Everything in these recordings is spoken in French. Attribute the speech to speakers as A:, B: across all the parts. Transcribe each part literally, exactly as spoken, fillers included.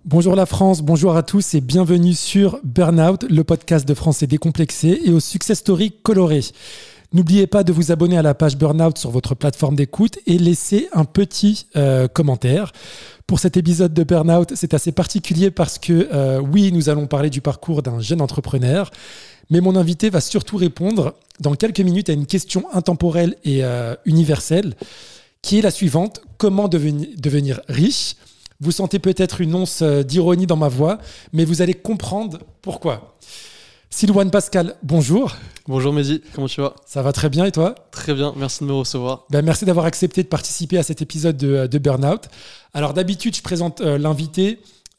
A: Bonjour la France, bonjour à tous et bienvenue sur Burnout, le podcast de français décomplexé et aux success stories colorées. N'oubliez pas de vous abonner à la page Burnout sur votre plateforme d'écoute et laisser un petit euh, commentaire. Pour cet épisode de Burnout, c'est assez particulier parce que euh, oui, nous allons parler du parcours d'un jeune entrepreneur, mais mon invité va surtout répondre dans quelques minutes à une question intemporelle et euh, universelle qui est la suivante: comment deveni- devenir riche ? Vous sentez peut-être une once d'ironie dans ma voix, mais vous allez comprendre pourquoi. Silouane Pascal, bonjour.
B: Bonjour Mehdi, comment tu vas ?
A: Ça va très bien et toi ?
B: Très bien, merci de me recevoir.
A: Ben, merci d'avoir accepté de participer à cet épisode de, de Burnout. Alors d'habitude, je présente euh, l'invité,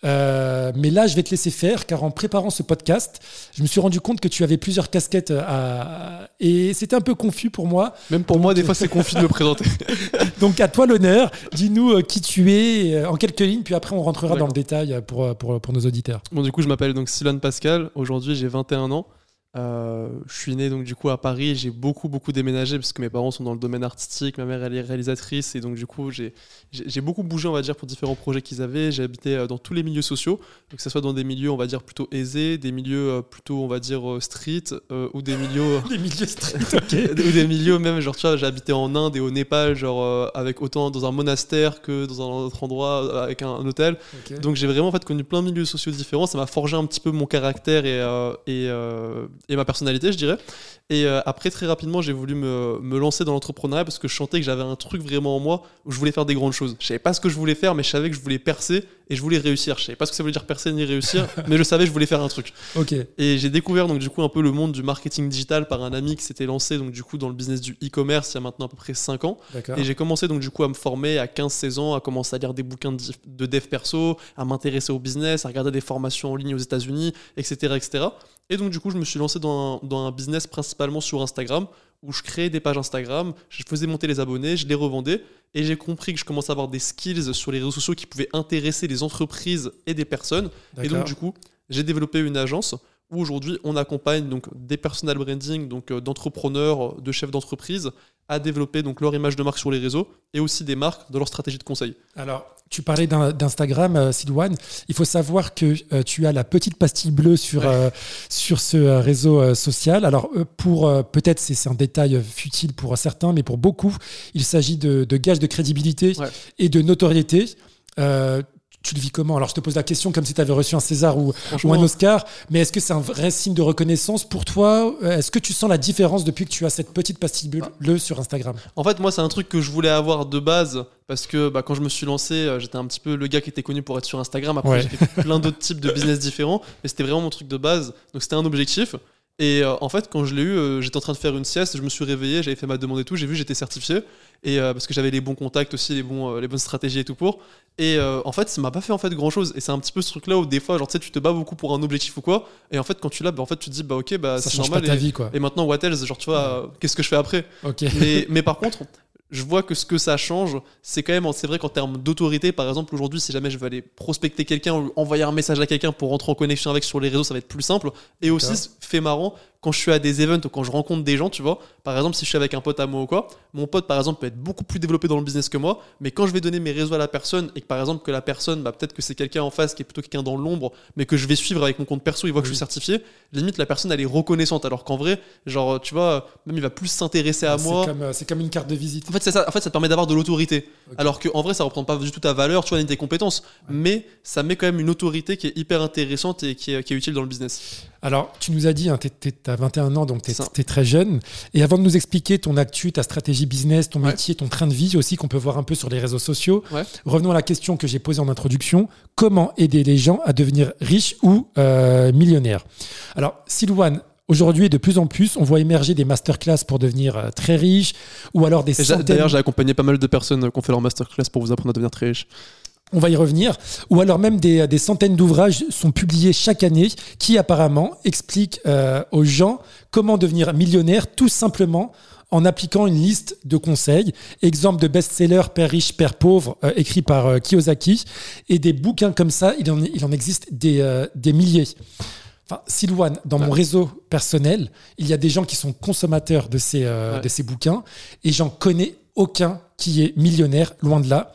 A: euh, mais là, je vais te laisser faire, car en préparant ce podcast, je me suis rendu compte que tu avais plusieurs casquettes à... et c'était un peu confus pour moi.
B: Même pour Donc, moi, des fois, c'est confus de me présenter.
A: Donc à toi l'honneur, dis-nous euh, qui tu es euh, en quelques lignes, puis après on rentrera
B: D'accord.
A: dans le détail pour, pour, pour nos auditeurs.
B: Bon, du coup, je m'appelle donc Silouane Pascal. Aujourd'hui, j'ai vingt et un ans. Euh, je suis né donc du coup à Paris. J'ai beaucoup beaucoup déménagé parce que mes parents sont dans le domaine artistique. Ma mère elle est réalisatrice et donc du coup j'ai, j'ai, j'ai beaucoup bougé, on va dire, pour différents projets qu'ils avaient. J'ai habité dans tous les milieux sociaux, donc que ce soit dans des milieux on va dire plutôt aisés, des milieux plutôt on va dire street euh, ou des milieux
A: les milieux street, ok.
B: ou des milieux même genre tu vois, j'ai habité en Inde et au Népal, genre euh, avec autant dans un monastère que dans un autre endroit avec un, un hôtel. Okay. Donc j'ai vraiment en fait connu plein de milieux sociaux différents. Ça m'a forgé un petit peu mon caractère et euh, et euh, et ma personnalité, je dirais. Et euh, après, très rapidement, j'ai voulu me, me lancer dans l'entrepreneuriat parce que je sentais que j'avais un truc vraiment en moi où je voulais faire des grandes choses. Je savais pas ce que je voulais faire, mais je savais que je voulais percer et je voulais réussir. Je savais pas ce que ça voulait dire percer ni réussir, mais je savais que je voulais faire un truc.
A: Okay.
B: Et j'ai découvert donc du coup un peu le monde du marketing digital par un ami qui s'était lancé donc du coup dans le business du e-commerce il y a maintenant à peu près cinq ans.
A: D'accord.
B: Et j'ai commencé donc du coup à me former à quinze seize ans, à commencer à lire des bouquins de, de dev perso, à m'intéresser au business, à regarder des formations en ligne aux États-Unis, et cetera, et cetera. Et donc du coup, je me suis lancé dans un, dans un business principalement sur Instagram où je créais des pages Instagram, je faisais monter les abonnés, je les revendais et j'ai compris que je commençais à avoir des skills sur les réseaux sociaux qui pouvaient intéresser les entreprises et des personnes. D'accord. Et donc du coup, j'ai développé une agence où aujourd'hui on accompagne donc des personal branding, donc d'entrepreneurs, de chefs d'entreprise à développer donc leur image de marque sur les réseaux et aussi des marques dans leur stratégie de conseil.
A: Alors, tu parlais d'un, d'Instagram, euh, Silouane. Il faut savoir que euh, tu as la petite pastille bleue sur, ouais. euh, sur ce euh, réseau euh, social. Alors, euh, pour euh, peut-être c'est, c'est un détail futile pour certains, mais pour beaucoup, il s'agit de, de gages de crédibilité ouais. et de notoriété. Euh, Tu le vis comment ? Alors, je te pose la question comme si tu avais reçu un César ou, ou un Oscar, mais est-ce que c'est un vrai signe de reconnaissance pour toi ? Est-ce que tu sens la différence depuis que tu as cette petite pastille bleue sur Instagram ?
B: En fait, moi, c'est un truc que je voulais avoir de base parce que bah, quand je me suis lancé, j'étais un petit peu le gars qui était connu pour être sur Instagram. Après, ouais. j'ai fait plein d'autres types de business différents, mais c'était vraiment mon truc de base. Donc, c'était un objectif. Et euh, en fait, quand je l'ai eu, euh, j'étais en train de faire une sieste, je me suis réveillé, j'avais fait ma demande et tout, j'ai vu, j'étais certifié, et euh, parce que j'avais les bons contacts aussi, les, bons, euh, les bonnes stratégies et tout pour. Et euh, en fait, ça m'a pas fait en fait grand chose. Et c'est un petit peu ce truc-là où des fois, genre tu sais, tu te bats beaucoup pour un objectif ou quoi, et en fait, quand tu l'as, bah, en fait, tu te dis bah ok, bah
A: ça
B: c'est
A: change
B: normal.
A: Pas ta
B: et,
A: vie, quoi.
B: Et maintenant, what else, genre tu vois, ouais. euh, qu'est-ce que je fais après ?
A: Okay.
B: mais, mais par contre. Je vois que ce que ça change, c'est quand même, c'est vrai qu'en termes d'autorité, par exemple, aujourd'hui, si jamais je veux aller prospecter quelqu'un ou envoyer un message à quelqu'un pour rentrer en connexion avec sur les réseaux, ça va être plus simple. Et D'accord. aussi, fait marrant, quand je suis à des events ou quand je rencontre des gens, tu vois, par exemple, si je suis avec un pote à moi ou quoi, mon pote, par exemple, peut être beaucoup plus développé dans le business que moi, mais quand je vais donner mes réseaux à la personne et que, par exemple, que la personne, bah, peut-être que c'est quelqu'un en face qui est plutôt quelqu'un dans l'ombre, mais que je vais suivre avec mon compte perso, il voit que oui. je suis certifié, limite, la personne, elle est reconnaissante. Alors qu'en vrai, genre, tu vois, même il va plus s'intéresser à
A: c'est
B: moi.
A: Comme, c'est comme une carte de visite.
B: En fait, c'est ça. En fait, ça te permet d'avoir de l'autorité. Okay. Alors qu'en vrai, ça ne représente pas du tout ta valeur, tu vois, ni tes compétences. Ouais. Mais ça met quand même une autorité qui est hyper intéressante et qui est, qui est utile dans le business.
A: Alors, tu nous as dit, hein, tu as vingt et un ans, donc tu es très jeune. Et avant de nous expliquer ton actu, ta stratégie business, ton ouais. métier, ton train de vie aussi, qu'on peut voir un peu sur les réseaux sociaux, ouais. revenons à la question que j'ai posée en introduction. Comment aider les gens à devenir riches ou euh, millionnaires ? Alors, Silouane, aujourd'hui, de plus en plus, on voit émerger des masterclass pour devenir euh, très riche ou alors des centaines...
B: D'ailleurs, j'ai accompagné pas mal de personnes qui ont fait leur masterclass pour vous apprendre à devenir très riche.
A: On va y revenir. Ou alors même des, des centaines d'ouvrages sont publiés chaque année qui apparemment expliquent euh, aux gens comment devenir millionnaire tout simplement en appliquant une liste de conseils. Exemple de best-seller Père riche, Père pauvre, euh, écrit par euh, Kiyosaki. Et des bouquins comme ça, il en, il en existe des, euh, des milliers. Enfin, Silouane, dans ouais. mon réseau personnel, il y a des gens qui sont consommateurs de ces, euh, ouais. de ces bouquins et j'en connais aucun qui est millionnaire, loin de là.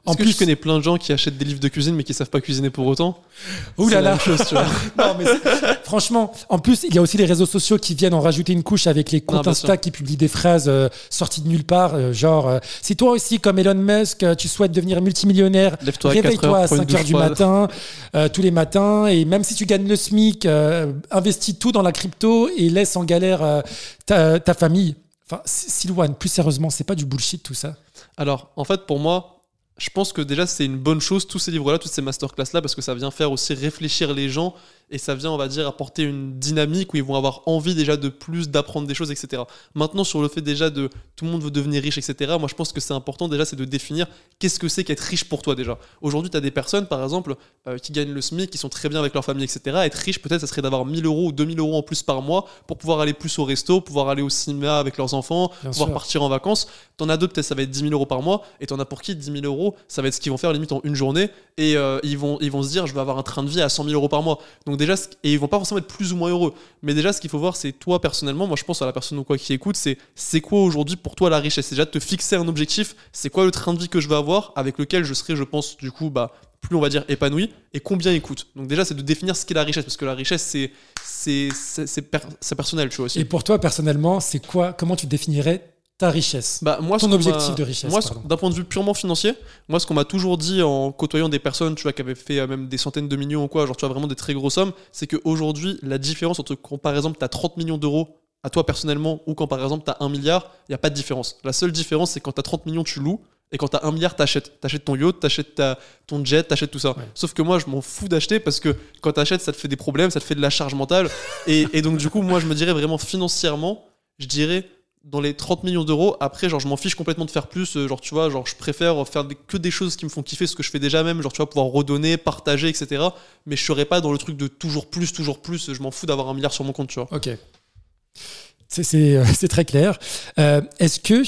B: En plus, je connais plein de gens qui achètent des livres de cuisine mais qui savent pas cuisiner pour autant.
A: Ouh là là.
B: Chose, tu vois.
A: Non, mais franchement, en plus, il y a aussi les réseaux sociaux qui viennent en rajouter une couche avec les comptes non, Insta sûr. Qui publient des phrases euh, sorties de nulle part, euh, genre euh, si toi aussi, comme Elon Musk, euh, tu souhaites devenir multimillionnaire,
B: lève-toi
A: réveille-toi
B: à
A: cinq heures du matin, euh, tous les matins, et même si tu gagnes le SMIC, euh, investis tout dans la crypto et laisse en galère euh, ta, ta famille. Enfin, Silouane, plus sérieusement, c'est pas du bullshit tout ça?
B: Alors, en fait, pour moi, je pense que déjà c'est une bonne chose, tous ces livres-là, toutes ces masterclass-là, parce que ça vient faire aussi réfléchir les gens et ça vient, on va dire, apporter une dynamique où ils vont avoir envie déjà de plus, d'apprendre des choses, et cetera. Maintenant, sur le fait déjà de tout le monde veut devenir riche, et cetera, moi je pense que c'est important déjà, c'est de définir qu'est-ce que c'est qu'être riche pour toi déjà. Aujourd'hui, tu as des personnes, par exemple, euh, qui gagnent le SMIC, qui sont très bien avec leur famille, et cetera. Être riche, peut-être, ça serait d'avoir mille euros ou deux mille euros en plus par mois pour pouvoir aller plus au resto, pouvoir aller au cinéma avec leurs enfants, bien pouvoir sûr. Partir en vacances. T'en as d'autres, peut-être ça va être dix mille euros par mois, et t'en as pour qui dix mille euros, ça va être ce qu'ils vont faire limite en une journée, et euh, ils, vont, ils vont se dire, je vais avoir un train de vie à cent mille euros par mois. Donc déjà, et ils vont pas forcément être plus ou moins heureux. Mais déjà, ce qu'il faut voir, c'est toi personnellement, moi je pense à la personne ou quoi qui écoute, c'est c'est quoi aujourd'hui pour toi la richesse? C'est déjà de te fixer un objectif, c'est quoi le train de vie que je veux avoir, avec lequel je serai, je pense, du coup, bah, plus on va dire épanoui, et combien il coûte. Donc déjà, c'est de définir ce qu'est la richesse, parce que la richesse, c'est, c'est, c'est, c'est, per- c'est personnel, tu vois aussi.
A: Et pour toi, personnellement, c'est quoi, comment tu définirais ta richesse,
B: bah, moi,
A: ton objectif de richesse?
B: Moi, d'un point de vue purement financier, moi, ce qu'on m'a toujours dit en côtoyant des personnes, tu vois, qui avaient fait euh, même des centaines de millions ou quoi, genre, tu vois, vraiment des très grosses sommes, c'est qu'aujourd'hui, la différence entre quand, par exemple, tu as trente millions d'euros à toi personnellement ou quand, par exemple, tu as un milliard, il n'y a pas de différence. La seule différence, c'est quand tu as trente millions, tu loues, et quand tu as un milliard, tu achètes. Tu achètes ton yacht, tu achètes ton jet, tu achètes tout ça. Ouais. Sauf que moi, je m'en fous d'acheter parce que quand tu achètes, ça te fait des problèmes, ça te fait de la charge mentale. et, et donc, du coup, moi, je me dirais vraiment financièrement, je dirais dans les trente millions d'euros. Après, genre, je m'en fiche complètement de faire plus. Genre, tu vois, genre, je préfère faire des, que des choses qui me font kiffer, ce que je fais déjà même. Genre, tu vois, pouvoir redonner, partager, et cetera. Mais je serais pas dans le truc de toujours plus, toujours plus. Je m'en fous d'avoir un milliard sur mon compte, tu vois.
A: Ok. C'est, c'est, c'est très clair. Euh, est-ce que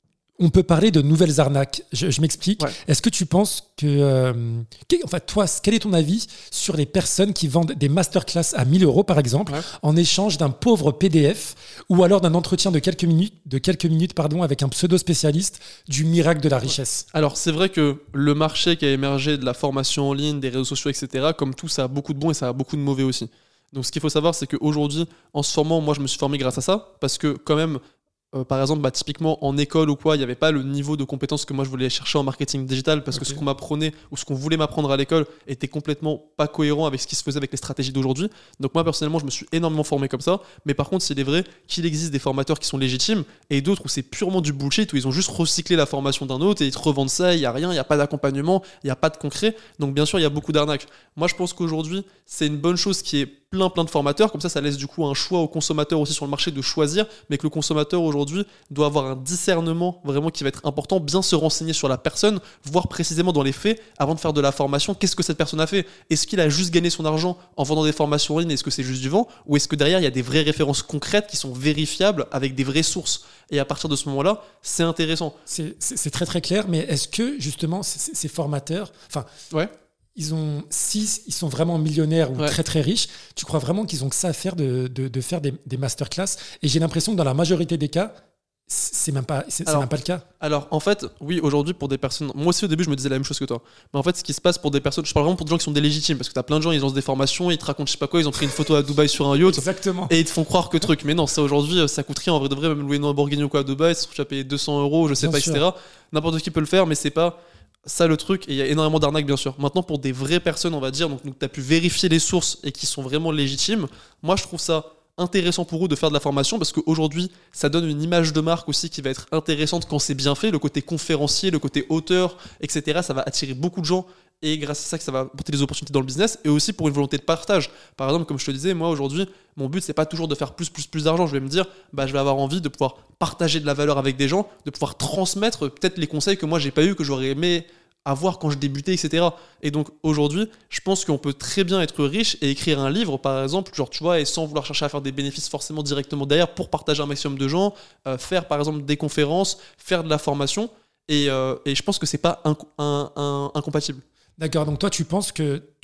A: on peut parler de nouvelles arnaques? Je, je m'explique. Ouais. Est-ce que tu penses que... Euh, quel, enfin, toi, quel est ton avis sur les personnes qui vendent des masterclass à mille euros, par exemple, ouais. en échange d'un pauvre P D F ou alors d'un entretien de quelques minutes, de quelques minutes pardon, avec un pseudo-spécialiste du miracle de la richesse?
B: Alors, c'est vrai que le marché qui a émergé de la formation en ligne, des réseaux sociaux, et cetera, comme tout, ça a beaucoup de bons et ça a beaucoup de mauvais aussi. Donc, ce qu'il faut savoir, c'est qu'aujourd'hui, en se formant, moi, je me suis formé grâce à ça parce que, quand même... Euh, par exemple, bah, typiquement en école ou quoi, il n'y avait pas le niveau de compétences que moi je voulais chercher en marketing digital parce okay. que ce qu'on m'apprenait ou ce qu'on voulait m'apprendre à l'école était complètement pas cohérent avec ce qui se faisait avec les stratégies d'aujourd'hui. Donc moi personnellement, je me suis énormément formé comme ça. Mais par contre, il est vrai qu'il existe des formateurs qui sont légitimes et d'autres où c'est purement du bullshit, où ils ont juste recyclé la formation d'un autre et ils te revendent ça, il n'y a rien, il n'y a pas d'accompagnement, il n'y a pas de concret. Donc bien sûr, il y a beaucoup d'arnaques. Moi, je pense qu'aujourd'hui, c'est une bonne chose qui est plein plein de formateurs, comme ça ça laisse du coup un choix aux consommateurs aussi sur le marché de choisir, mais que le consommateur aujourd'hui doit avoir un discernement vraiment qui va être important, bien se renseigner sur la personne, voir précisément dans les faits, avant de faire de la formation, qu'est-ce que cette personne a fait? Est-ce qu'il a juste gagné son argent en vendant des formations en ligne? Est-ce que c'est juste du vent? Ou est-ce que derrière il y a des vraies références concrètes qui sont vérifiables avec des vraies sources? Et à partir de ce moment-là, c'est intéressant.
A: C'est, c'est, c'est très très clair, mais est-ce que justement ces, ces formateurs, enfin... Ouais. Ils ont, si ils sont vraiment millionnaires ou ouais. très très riches, tu crois vraiment qu'ils ont que ça à faire de, de, de faire des, des masterclass? Et j'ai l'impression que dans la majorité des cas, c'est même pas, c'est, alors, c'est même pas le cas.
B: Alors en fait, oui, aujourd'hui pour des personnes, moi aussi au début je me disais la même chose que toi. Mais en fait, ce qui se passe pour des personnes, je parle vraiment pour des gens qui sont des légitimes, parce que t'as plein de gens, ils lancent des formations, ils te racontent je sais pas quoi, ils ont pris une photo à Dubaï sur un yacht.
A: Exactement.
B: Et ils te font croire que truc. Mais non, ça aujourd'hui, ça coûte rien. En vrai de vrai, même louer une Lamborghini ou quoi à Dubaï, tu vas payer deux cents euros, je sais Bien pas, sûr. et cetera. N'importe qui peut le faire, mais c'est pas ça le truc, et il y a énormément d'arnaques bien sûr. Maintenant pour des vraies personnes on va dire, donc, donc tu as pu vérifier les sources et qui sont vraiment légitimes, moi je trouve ça intéressant pour eux de faire de la formation parce qu'aujourd'hui ça donne une image de marque aussi qui va être intéressante quand c'est bien fait, le côté conférencier, le côté auteur, et cetera. Ça va attirer beaucoup de gens et grâce à ça que ça va apporter des opportunités dans le business et aussi pour une volonté de partage. Par exemple, comme je te disais, moi aujourd'hui mon but c'est pas toujours de faire plus plus plus d'argent, je vais me dire bah je vais avoir envie de pouvoir partager de la valeur avec des gens, de pouvoir transmettre peut-être les conseils que moi j'ai pas eu, que j'aurais aimé avoir quand je débutais, et cetera. Et donc aujourd'hui, je pense qu'on peut très bien être riche et écrire un livre, par exemple, genre tu vois, et sans vouloir chercher à faire des bénéfices forcément directement derrière pour partager un maximum de gens, euh, faire par exemple des conférences, faire de la formation, et, euh, et je pense que c'est pas inc- un, un, incompatible.
A: D'accord, donc toi tu penses que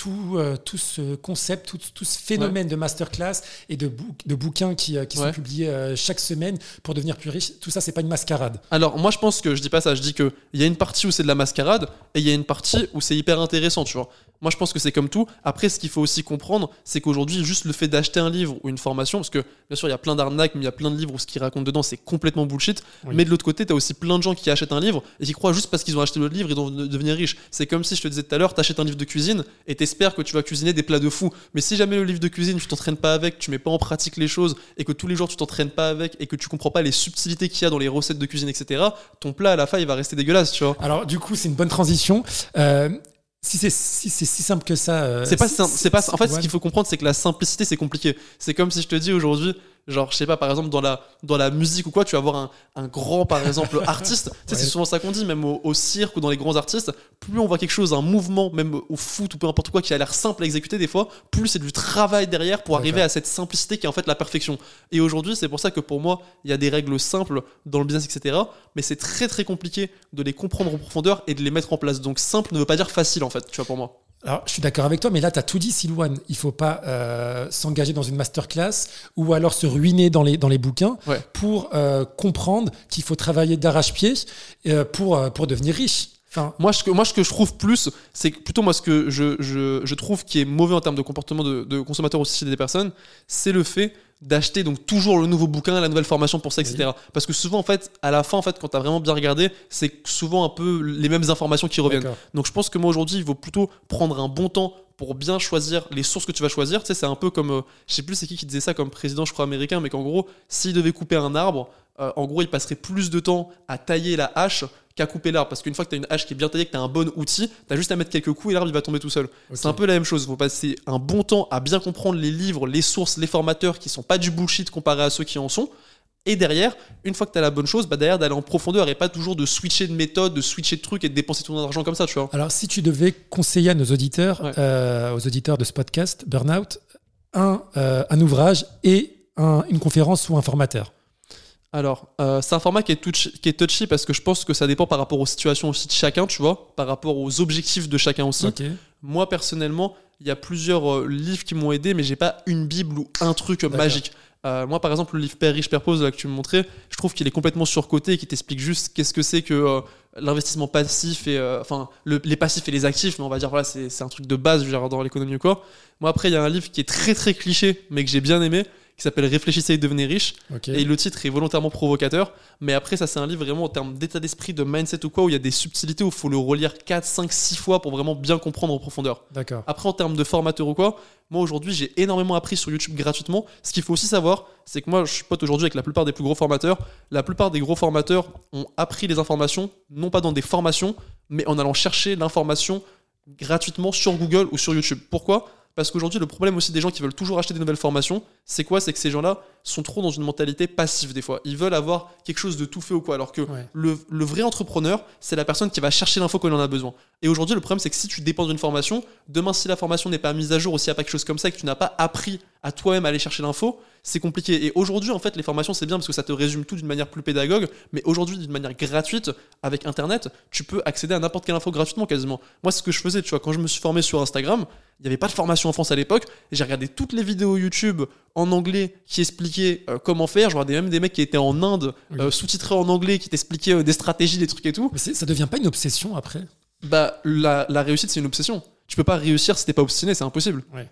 A: tout, euh, tout ce concept, tout, tout ce phénomène ouais. de masterclass et de, bou- de bouquins qui, euh, qui ouais. sont publiés euh, chaque semaine pour devenir plus riche, tout ça, c'est pas une mascarade?
B: Alors, moi, je pense que je dis pas ça. Je dis qu'il y a une partie où c'est de la mascarade et il y a une partie où c'est hyper intéressant, tu vois. Moi, je pense que c'est comme tout. Après, ce qu'il faut aussi comprendre, c'est qu'aujourd'hui, juste le fait d'acheter un livre ou une formation, parce que bien sûr, il y a plein d'arnaques, mais il y a plein de livres où ce qu'ils racontent dedans, c'est complètement bullshit. Oui. Mais de l'autre côté, tu as aussi plein de gens qui achètent un livre et qui croient juste parce qu'ils ont acheté le livre, ils vont devenir riches. C'est comme si je te disais tout à l'heure, tu achètes un livre de cuisine et t'espères que tu vas cuisiner des plats de fou. Mais si jamais le livre de cuisine, tu t'entraînes pas avec, tu mets pas en pratique les choses et que tous les jours tu t'entraînes pas avec et que tu comprends pas les subtilités qu'il y a dans les recettes de cuisine, et cetera, ton plat à la fin, il va rester dégueulasse, tu vois.
A: Alors, du coup, c'est une bonne transition. Euh... Si c'est si, c'est si simple que ça. Euh,
B: c'est pas simple. C'est pas. En fait, ouais. ce qu'il faut comprendre, c'est que la simplicité, c'est compliqué. C'est comme si je te dis aujourd'hui, genre, je sais pas, par exemple, dans la, dans la musique ou quoi, tu vas avoir un, un grand, par exemple, artiste. Tu sais, ouais. c'est souvent ça qu'on dit, même au, au cirque ou dans les grands artistes. Plus on voit quelque chose, un mouvement, même au foot ou peu importe quoi, qui a l'air simple à exécuter des fois, plus c'est du travail derrière pour D'accord. arriver à cette simplicité qui est en fait la perfection. Et aujourd'hui, c'est pour ça que pour moi, il y a des règles simples dans le business, et cetera. Mais c'est très très compliqué de les comprendre en profondeur et de les mettre en place. Donc simple ne veut pas dire facile en fait, tu vois, pour moi.
A: Alors, je suis d'accord avec toi, mais là, tu as tout dit, Silouane. Il ne faut pas euh, s'engager dans une masterclass ou alors se ruiner dans les, dans les bouquins
B: ouais.
A: pour euh, comprendre qu'il faut travailler d'arrache-pied euh, pour, euh, pour devenir riche.
B: Enfin... Moi, ce que, moi, ce que je trouve plus, c'est que plutôt moi, ce que je, je, je trouve qui est mauvais en termes de comportement de, de consommateur aussi chez des personnes, c'est le fait d'acheter donc toujours le nouveau bouquin, la nouvelle formation pour ça, et cetera. Oui. Parce que souvent, en fait, à la fin, en fait, quand tu as vraiment bien regardé, c'est souvent un peu les mêmes informations qui reviennent. D'accord. Donc, je pense que moi, aujourd'hui, il vaut plutôt prendre un bon temps pour bien choisir les sources que tu vas choisir. Tu sais, c'est un peu comme, euh, je sais plus c'est qui qui disait ça comme président, je crois, américain, mais qu'en gros, s'il devait couper un arbre, euh, en gros, il passerait plus de temps à tailler la hache qu'à couper l'arbre. Parce qu'une fois que tu as une hache qui est bien taillée, que tu as un bon outil, tu as juste à mettre quelques coups et l'arbre, il va tomber tout seul. Okay. C'est un peu la même chose. Il faut passer un bon temps à bien comprendre les livres, les sources, les formateurs qui sont pas du bullshit comparé à ceux qui en sont. Et derrière, une fois que tu as la bonne chose, bah derrière d'aller en profondeur et pas toujours de switcher de méthode, de switcher de trucs et de dépenser ton argent comme ça, tu vois.
A: Alors, si tu devais conseiller à nos auditeurs, ouais. euh, aux auditeurs de ce podcast, Burnout, un, euh, un ouvrage et un, une conférence ou un formateur.
B: Alors, euh, c'est un format qui est, touch, qui est touchy parce que je pense que ça dépend par rapport aux situations aussi de chacun, tu vois, par rapport aux objectifs de chacun aussi.
A: Okay.
B: Moi, personnellement, il y a plusieurs euh, livres qui m'ont aidé, mais j'ai pas une bible ou un truc D'accord. magique. Euh, moi, par exemple, le livre Père riche, Père pauvre là, que tu me montrais, je trouve qu'il est complètement surcoté et qu'il t'explique juste qu'est-ce que c'est que euh, l'investissement passif et euh, enfin le, les passifs et les actifs, mais on va dire voilà, c'est, c'est un truc de base genre, dans l'économie ou quoi. Moi, après, il y a un livre qui est très très cliché, mais que j'ai bien aimé, qui s'appelle Réfléchissez et devenez riche. Okay. Et le titre est volontairement provocateur. Mais après, ça, c'est un livre vraiment en termes d'état d'esprit, de mindset ou quoi, où il y a des subtilités où il faut le relire quatre, cinq, six fois pour vraiment bien comprendre en profondeur.
A: D'accord.
B: Après, en termes de formateur ou quoi, moi aujourd'hui, j'ai énormément appris sur YouTube gratuitement. Ce qu'il faut aussi savoir, c'est que moi, je suis pote aujourd'hui avec la plupart des plus gros formateurs. La plupart des gros formateurs ont appris les informations, non pas dans des formations, mais en allant chercher l'information gratuitement sur Google ou sur YouTube. Pourquoi ? Parce qu'aujourd'hui, le problème aussi des gens qui veulent toujours acheter des nouvelles formations, c'est quoi ? C'est que ces gens-là sont trop dans une mentalité passive des fois. Ils veulent avoir quelque chose de tout fait ou quoi. Alors que ouais. le, le vrai entrepreneur, c'est la personne qui va chercher l'info quand il en a besoin. Et aujourd'hui, le problème, c'est que si tu dépends d'une formation, demain, si la formation n'est pas mise à jour ou s'il n'y a pas quelque chose comme ça et que tu n'as pas appris à toi-même aller chercher l'info, c'est compliqué. Et aujourd'hui, en fait, les formations, c'est bien parce que ça te résume tout d'une manière plus pédagogue. Mais aujourd'hui, d'une manière gratuite, avec Internet, tu peux accéder à n'importe quelle info gratuitement quasiment. Moi, c'est ce que je faisais, tu vois, quand je me suis formé sur Instagram, il n'y avait pas de formation en France à l'époque. Et j'ai regardé toutes les vidéos YouTube en anglais qui expliquaient euh, comment faire. Je regardais même des mecs qui étaient en Inde, oui. euh, sous-titrés en anglais, qui t'expliquaient euh, des stratégies, des trucs et tout.
A: Mais c'est, ça devient pas une obsession après ?
B: Bah, la, la réussite, c'est une obsession. Tu peux pas réussir si t'es pas obstiné, c'est impossible.
A: Ouais.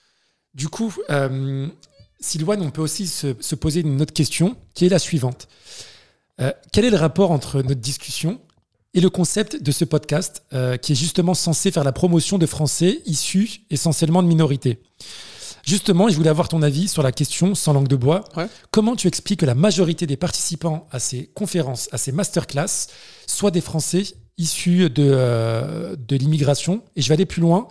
A: Du coup, euh, Silouane, on peut aussi se, se poser une autre question, qui est la suivante. Euh, quel est le rapport entre notre discussion et le concept de ce podcast, euh, qui est justement censé faire la promotion de Français issus essentiellement de minorités ? Justement, je voulais avoir ton avis sur la question, sans langue de bois.
B: Ouais.
A: Comment tu expliques que la majorité des participants à ces conférences, à ces masterclass, soient des Français issus de, euh, de l'immigration ? Et je vais aller plus loin,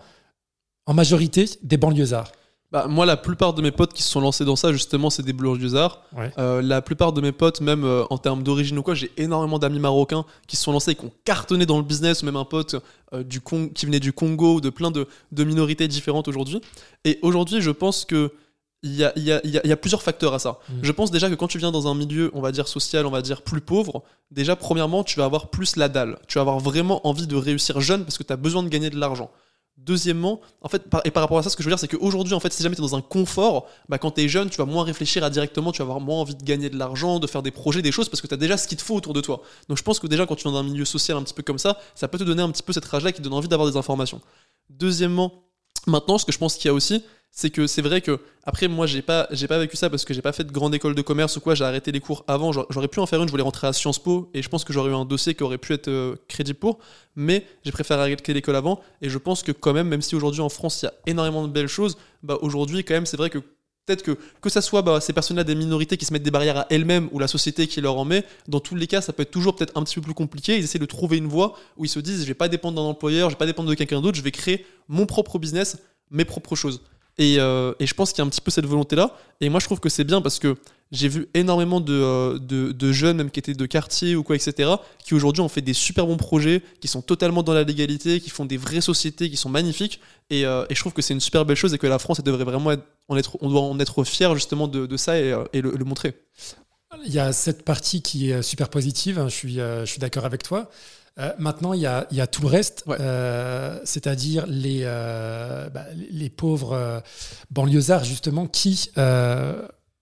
A: en majorité des banlieusards.
B: Bah, moi, la plupart de mes potes qui se sont lancés dans ça, justement, c'est des banlieusards.
A: Ouais.
B: Euh, la plupart de mes potes, même euh, en termes d'origine ou quoi, j'ai énormément d'amis marocains qui se sont lancés et qui ont cartonné dans le business, ou même un pote euh, du Con- qui venait du Congo, de plein de, de minorités différentes aujourd'hui. Et aujourd'hui, je pense que il y a, y, a, y, a, y a plusieurs facteurs à ça. Mmh. Je pense déjà que quand tu viens dans un milieu, on va dire social, on va dire plus pauvre, déjà, premièrement, tu vas avoir plus la dalle. Tu vas avoir vraiment envie de réussir jeune parce que tu as besoin de gagner de l'argent. Deuxièmement, en fait, par, et par rapport à ça, ce que je veux dire, c'est qu'aujourd'hui, en fait, si jamais tu es dans un confort, bah, quand tu es jeune, tu vas moins réfléchir à directement, tu vas avoir moins envie de gagner de l'argent, de faire des projets, des choses, parce que tu as déjà ce qu'il te faut autour de toi. Donc je pense que déjà, quand tu es dans un milieu social un petit peu comme ça, ça peut te donner un petit peu cette rage-là qui te donne envie d'avoir des informations. Deuxièmement, maintenant, ce que je pense qu'il y a aussi, c'est que c'est vrai que, après, moi, j'ai pas, j'ai pas vécu ça parce que j'ai pas fait de grande école de commerce ou quoi, j'ai arrêté les cours avant, j'aurais pu en faire une, je voulais rentrer à Sciences Po et je pense que j'aurais eu un dossier qui aurait pu être euh, crédible pour, mais j'ai préféré arrêter l'école avant et je pense que quand même, même si aujourd'hui en France il y a énormément de belles choses, bah aujourd'hui, quand même, c'est vrai que peut-être que, que ça soit bah, ces personnes-là des minorités qui se mettent des barrières à elles-mêmes ou la société qui leur en met, dans tous les cas, ça peut être toujours peut-être un petit peu plus compliqué. Ils essaient de trouver une voie où ils se disent, je vais pas dépendre d'un employeur, je vais pas dépendre de quelqu'un d'autre, je vais créer mon propre business, mes propres choses. Et, euh, et je pense qu'il y a un petit peu cette volonté-là. Et moi, je trouve que c'est bien parce que j'ai vu énormément de, euh, de, de jeunes, même qui étaient de quartier ou quoi, et cetera, qui aujourd'hui ont fait des super bons projets, qui sont totalement dans la légalité, qui font des vraies sociétés, qui sont magnifiques. Et, euh, et je trouve que c'est une super belle chose et que la France, elle devrait vraiment être, en être, on doit en être fier justement de, de ça et, et le, le montrer.
A: Il y a cette partie qui est super positive, hein, je suis, euh, je suis d'accord avec toi. Euh, maintenant, il y, a, il y a tout le reste, ouais. euh, c'est-à-dire les, euh, bah, les pauvres euh, banlieusards, justement, qui euh,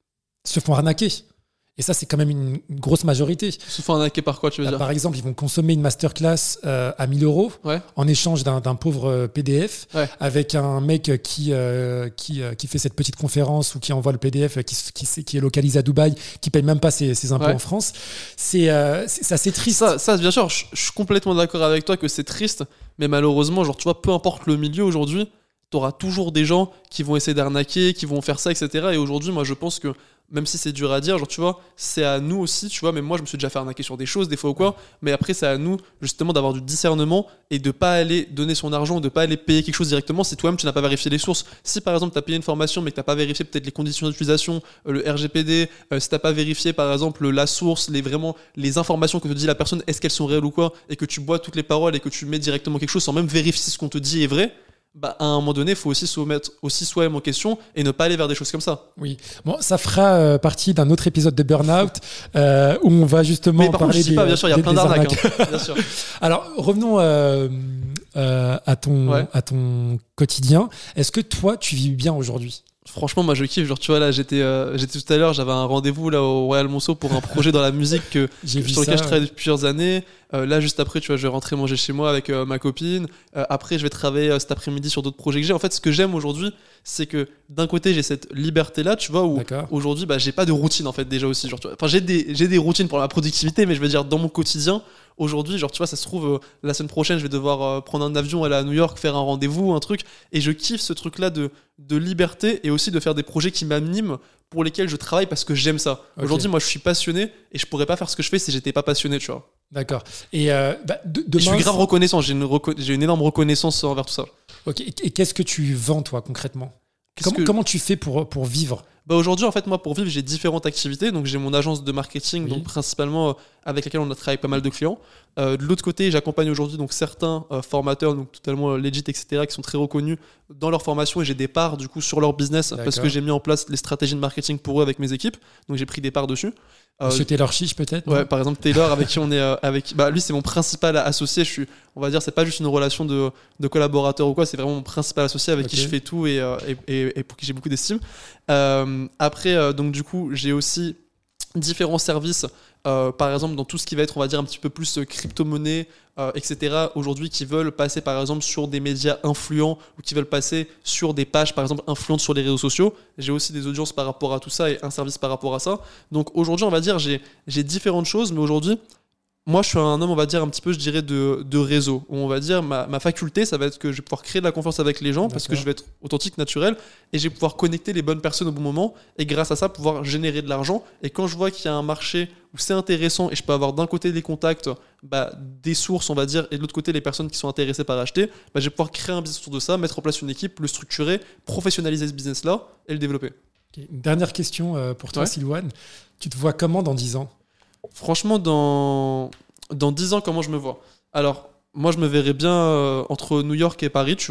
A: se font arnaquer. Et ça, c'est quand même une, une grosse majorité.
B: Ils se font arnaquer par quoi, tu veux
A: bah,
B: dire ?
A: Par exemple, ils vont consommer une masterclass euh, à mille euros
B: ouais.
A: en échange d'un, d'un pauvre P D F
B: ouais.
A: avec un mec qui, euh, qui, euh, qui fait cette petite conférence ou qui envoie le P D F qui, qui, qui est localisé à Dubaï, qui ne paye même pas ses, ses impôts ouais. en France. C'est, euh, c'est, c'est assez triste.
B: Ça, ça bien sûr, je, je suis complètement d'accord avec toi que c'est triste, mais malheureusement, genre, tu vois, peu importe le milieu aujourd'hui, tu auras toujours des gens qui vont essayer d'arnaquer, qui vont faire ça, et cetera. Et aujourd'hui, moi, je pense que même si c'est dur à dire, genre tu vois, c'est à nous aussi, tu vois, même moi je me suis déjà fait arnaquer sur des choses des fois ou quoi, mais après c'est à nous justement d'avoir du discernement et de pas aller donner son argent, de pas aller payer quelque chose directement si toi-même tu n'as pas vérifié les sources. Si par exemple tu as payé une formation mais que tu n'as pas vérifié peut-être les conditions d'utilisation, euh, le R G P D, euh, si tu n'as pas vérifié par exemple la source, les, vraiment, les informations que te dit la personne, est-ce qu'elles sont réelles ou quoi, et que tu bois toutes les paroles et que tu mets directement quelque chose sans même vérifier si ce qu'on te dit est vrai, bah, à un moment donné, il faut aussi se remettre aussi soi-même en question et ne pas aller vers des choses comme ça.
A: Oui, bon, ça fera euh, partie d'un autre épisode de Burnout euh, où on va justement
B: Mais par
A: parler
B: contre, je dis
A: des,
B: pas, bien sûr, il y a plein d'arnaques. Hein, bien sûr.
A: Alors, revenons euh, euh, à, ton, ouais. à ton quotidien. Est-ce que toi, tu vis bien aujourd'hui ?
B: Franchement, moi je kiffe. Genre, tu vois, là, j'étais, euh, j'étais tout à l'heure, j'avais un rendez-vous là au Royal Monceau pour un projet dans la musique que,
A: J'ai
B: que, sur lequel
A: ça,
B: je travaille
A: ouais.
B: depuis plusieurs années. Euh, là, juste après, tu vois, je vais rentrer manger chez moi avec euh, ma copine. Euh, après, je vais travailler euh, cet après-midi sur d'autres projets que j'ai. En fait, ce que j'aime aujourd'hui, c'est que d'un côté, j'ai cette liberté-là, tu vois, où D'accord. aujourd'hui, bah, j'ai pas de routine en fait déjà aussi. Genre, tu vois, enfin, j'ai des, j'ai des routines pour la productivité, mais je veux dire, dans mon quotidien, aujourd'hui, genre, tu vois, ça se trouve, euh, la semaine prochaine, je vais devoir euh, prendre un avion, aller à New York, faire un rendez-vous, un truc. Et je kiffe ce truc-là de, de liberté et aussi de faire des projets qui m'animent, pour lesquels je travaille parce que j'aime ça. Okay. Aujourd'hui, moi, je suis passionné et je pourrais pas faire ce que je fais si j'étais pas passionné, tu vois.
A: D'accord. Et, euh, bah, de, demain,
B: et je suis grave reconnaissant. J'ai une, reco- j'ai une énorme reconnaissance envers tout ça.
A: Ok. Et qu'est-ce que tu vends, toi, concrètement ? Comment, que... comment tu fais pour, pour vivre ?
B: Bah aujourd'hui, en fait, moi, pour vivre, j'ai différentes activités. Donc, j'ai mon agence de marketing, oui. donc principalement euh, avec laquelle on a travaillé pas mal de clients. Euh, de l'autre côté, j'accompagne aujourd'hui donc certains euh, formateurs, donc totalement euh, legit, et cetera, qui sont très reconnus dans leur formation et j'ai des parts du coup sur leur business D'accord. parce que j'ai mis en place les stratégies de marketing pour eux avec mes équipes. Donc, j'ai pris des parts dessus.
A: Euh, Monsieur Taylor Chiche peut-être
B: Ouais, par exemple Taylor avec qui on est euh, avec bah lui c'est mon principal associé, je suis on va dire c'est pas juste une relation de, de collaborateur ou quoi, c'est vraiment mon principal associé avec okay. qui je fais tout et, euh, et, et, et pour qui j'ai beaucoup d'estime. Euh, après euh, donc du coup, j'ai aussi différents services euh, par exemple dans tout ce qui va être on va dire un petit peu plus crypto-monnaie euh, et cetera aujourd'hui qui veulent passer par exemple sur des médias influents ou qui veulent passer sur des pages par exemple influentes sur les réseaux sociaux. J'ai aussi des audiences par rapport à tout ça et un service par rapport à ça. Donc aujourd'hui on va dire j'ai, j'ai différentes choses mais aujourd'hui moi, je suis un homme, on va dire, un petit peu, je dirais, de, de réseau. Où on va dire, ma, ma faculté, ça va être que je vais pouvoir créer de la confiance avec les gens D'accord. parce que je vais être authentique, naturel, et je vais pouvoir connecter les bonnes personnes au bon moment, et grâce à ça, pouvoir générer de l'argent. Et quand je vois qu'il y a un marché où c'est intéressant, et je peux avoir d'un côté des contacts, bah, des sources, on va dire, et de l'autre côté, les personnes qui sont intéressées par acheter, bah, je vais pouvoir créer un business autour de ça, mettre en place une équipe, le structurer, professionnaliser ce business-là, et le développer.
A: Okay. Une dernière question pour toi, ouais. Silouane. Tu te vois comment dans dix ans ?
B: Franchement, dans, dans dix ans, comment je me vois ? Alors, moi, je me verrais bien euh, entre New York et Paris, tu vois.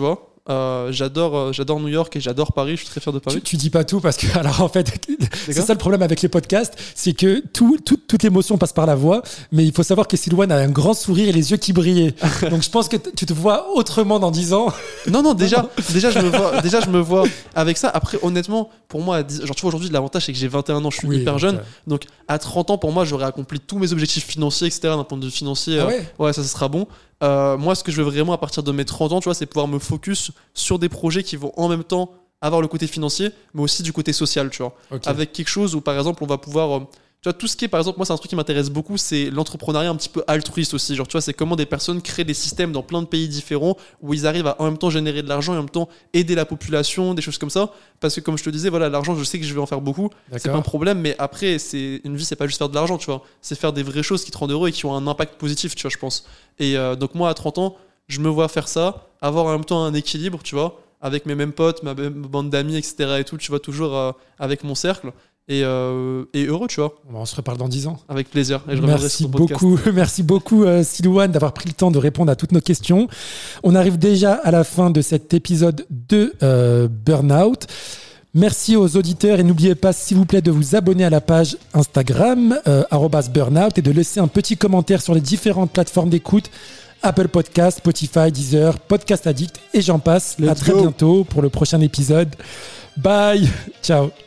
B: Euh, j'adore, euh, j'adore New York et j'adore Paris. Je suis très fier de Paris.
A: Tu, tu dis pas tout parce que, alors en fait, c'est ça le problème avec les podcasts, c'est que tout, tout, toute l'émotion passe par la voix, mais il faut savoir que Silouane a un grand sourire et les yeux qui brillaient. Donc je pense que t- tu te vois autrement dans dix ans.
B: Non, non, déjà, déjà, je me vois, déjà, je me vois avec ça. Après, honnêtement, pour moi, à dix genre, tu vois, aujourd'hui, l'avantage, c'est que j'ai vingt et un ans, je suis
A: Oui,
B: hyper jeune.
A: donc,
B: Donc, à trente ans, pour moi, j'aurais accompli tous mes objectifs financiers, et cetera, d'un point de vue financier.
A: Ah
B: euh,
A: ouais
B: ouais, ça, ça sera bon. Euh, moi, ce que je veux vraiment à partir de mes trente ans, tu vois, c'est pouvoir me focus sur des projets qui vont en même temps avoir le côté financier, mais aussi du côté social, tu vois.
A: Ok.
B: Avec quelque chose où, par exemple, on va pouvoir. euh, Tu vois, tout ce qui est, par exemple, moi, c'est un truc qui m'intéresse beaucoup, c'est l'entrepreneuriat un petit peu altruiste aussi. Genre, tu vois, c'est comment des personnes créent des systèmes dans plein de pays différents où ils arrivent à en même temps générer de l'argent et en même temps aider la population, des choses comme ça. Parce que, comme je te disais, voilà, l'argent, je sais que je vais en faire beaucoup. C'est pas un
A: D'accord.
B: problème, mais après, c'est une vie, c'est pas juste faire de l'argent, tu vois. C'est faire des vraies choses qui te rendent heureux et qui ont un impact positif, tu vois, je pense. Et euh, donc, moi, à trente ans, je me vois faire ça, avoir en même temps un équilibre, tu vois, avec mes mêmes potes, ma même bande d'amis, et cetera. Et tout, tu vois, toujours euh, avec mon cercle. Et, euh, et heureux, tu vois,
A: Bon, on se reparle dans dix ans.
B: avec plaisir. Et je reviendrai
A: Merci
B: sur ton podcast.
A: beaucoup, merci beaucoup euh, Silouane d'avoir pris le temps de répondre à toutes nos questions. On arrive déjà à la fin de cet épisode de euh, Burnout. Merci aux auditeurs et n'oubliez pas, s'il vous plaît, de vous abonner à la page Instagram euh, arobase burnout et de laisser un petit commentaire sur les différentes plateformes d'écoute, Apple Podcast, Spotify, Deezer, Podcast Addict et j'en passe.
B: Let's
A: à très
B: go.
A: bientôt pour le prochain épisode. Bye, ciao.